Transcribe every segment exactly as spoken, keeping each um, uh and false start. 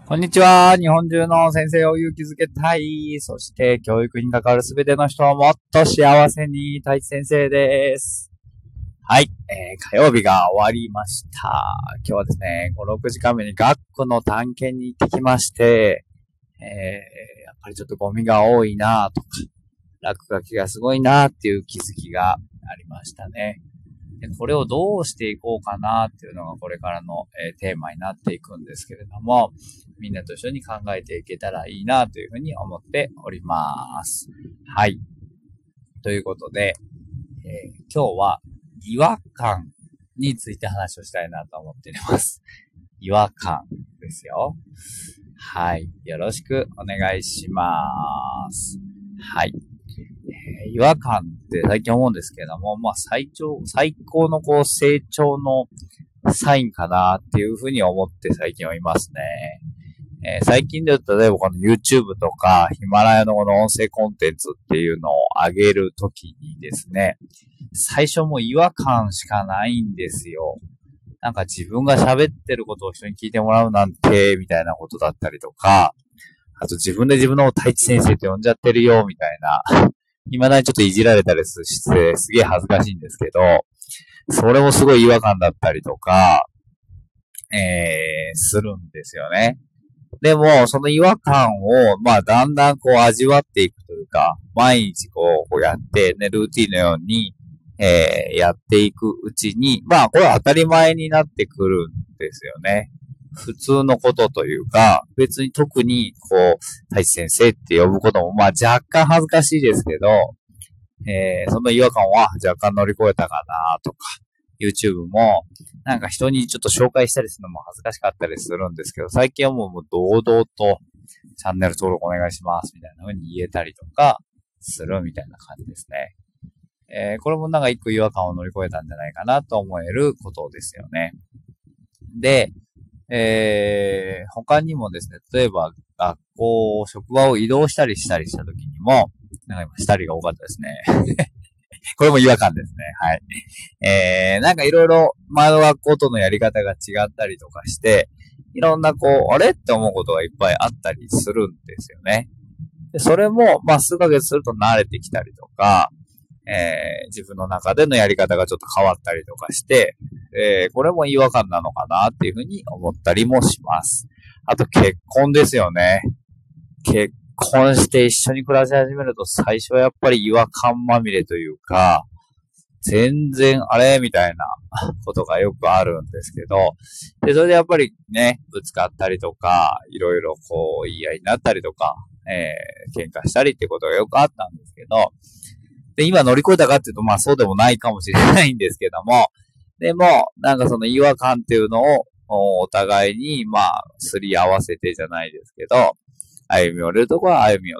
こんにちは。日本中の先生を勇気づけたい。そして教育に関わるすべての人をもっと幸せにたい先生です。はい、えー。火曜日が終わりました。今日はですね、ご、ろくじかんめに学区の探検に行ってきまして、えー、やっぱりちょっとゴミが多いなとか、落書きがすごいなっていう気づきがありましたね。でこれをどうしていこうかなっていうのがこれからの、えー、テーマになっていくんですけれども、みんなと一緒に考えていけたらいいなというふうに思っております。はい。ということで、えー、今日は違和感について話をしたいなと思っています。違和感ですよ。はい。よろしくお願いします。はい。えー、違和感って最近思うんですけれども、まあ最長、最高のこう成長のサインかなっていうふうに思って最近はいますね。えー、最近で言うと例えばこの YouTube とかヒマラヤのこの音声コンテンツっていうのを上げるときにですね、最初もう違和感しかないんですよ。なんか自分が喋ってることを人に聞いてもらうなんて、みたいなことだったりとか、あと自分で自分の太一先生って呼んじゃってるよ、みたいな。未だにちょっといじられたりして、すげえ恥ずかしいんですけど、それもすごい違和感だったりとか、えー、するんですよね。でも、その違和感を、まあ、だんだんこう味わっていくというか、毎日こう、こうやって、ね、ルーティンのように、えー、やっていくうちに、まあ、これは当たり前になってくるんですよね。普通のことというか、別に特に、こう、太一先生って呼ぶことも、まあ、若干恥ずかしいですけど、えー、その違和感は若干乗り越えたかなとか、YouTube も、なんか人にちょっと紹介したりするのも恥ずかしかったりするんですけど、最近はもう堂々とチャンネル登録お願いしますみたいな風に言えたりとかするみたいな感じですね。えー、これもなんか一個違和感を乗り越えたんじゃないかなと思えることですよね。で、えー、他にもですね、例えば学校、職場を移動したりしたりした時にも、なんか今したりが多かったですね。これも違和感ですね。はい。えー、なんかいろいろ前の学校とのやり方が違ったりとかして、いろんなこう、あれって思うことがいっぱいあったりするんですよね。でそれも、まあ数ヶ月すると慣れてきたりとか、えー、自分の中でのやり方がちょっと変わったりとかして、えー、これも違和感なのかなっていうふうに思ったりもします。あと結婚ですよね。結婚して一緒に暮らし始めると最初はやっぱり違和感まみれというか、全然あれみたいなことがよくあるんですけど、で、それでやっぱりね、ぶつかったりとか、いろいろこう言い合いになったりとか、えー、喧嘩したりってことがよくあったんですけど、で、今乗り越えたかっていうと、まあそうでもないかもしれないんですけども、でも、なんかその違和感っていうのを、お互いに、まあ、すり合わせてじゃないですけど、歩み寄れるとこは歩み寄って、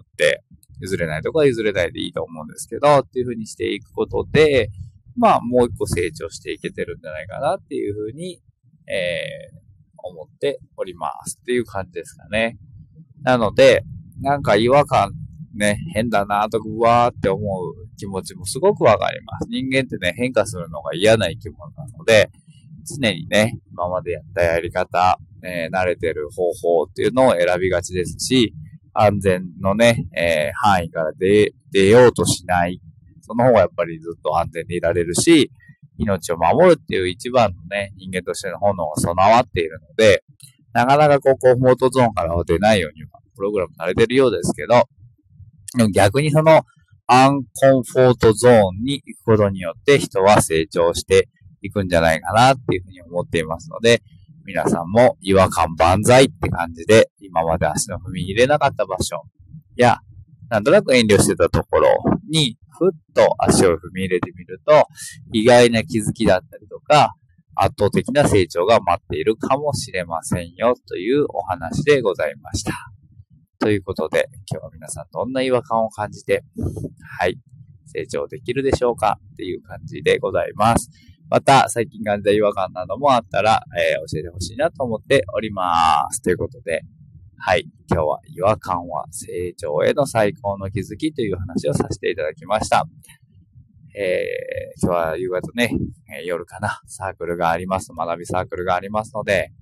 譲れないとこは譲れないでいいと思うんですけど、っていう風にしていくことで、まあ、もう一個成長していけてるんじゃないかなっていう風に、えー、思っておりますっていう感じですかね。なので、なんか違和感ね、変だなとか、うわーって思う気持ちもすごくわかります。人間ってね、変化するのが嫌な生き物なので、常にね、今までやったやり方、えー、慣れてる方法っていうのを選びがちですし、安全のね、えー、範囲から出、出ようとしない。その方がやっぱりずっと安全でいられるし、命を守るっていう一番のね、人間としての本能が備わっているので、なかなかこう、コンフォートゾーンからは出ないようには、プログラムされてるようですけど、でも逆にその、アンコンフォートゾーンに行くことによって人は成長していくんじゃないかなっていうふうに思っていますので、皆さんも違和感万歳って感じで、今まで足の踏み入れなかった場所や、なんとなく遠慮してたところに、ふっと足を踏み入れてみると、意外な気づきだったりとか、圧倒的な成長が待っているかもしれませんよというお話でございました。ということで、今日は皆さんどんな違和感を感じて、はい、成長できるでしょうかっていう感じでございます。また、最近感じた違和感などもあったら、えー、教えてほしいなと思っております。ということで、はい、今日は違和感は成長への最高の気づきという話をさせていただきました。えー、今日は夕方ね、えー、夜かな、サークルがあります。学びサークルがありますので、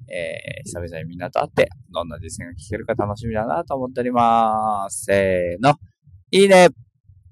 えー、久々にみんなと会って、どんな実践が聞けるか楽しみだなと思っております。せーの。いいね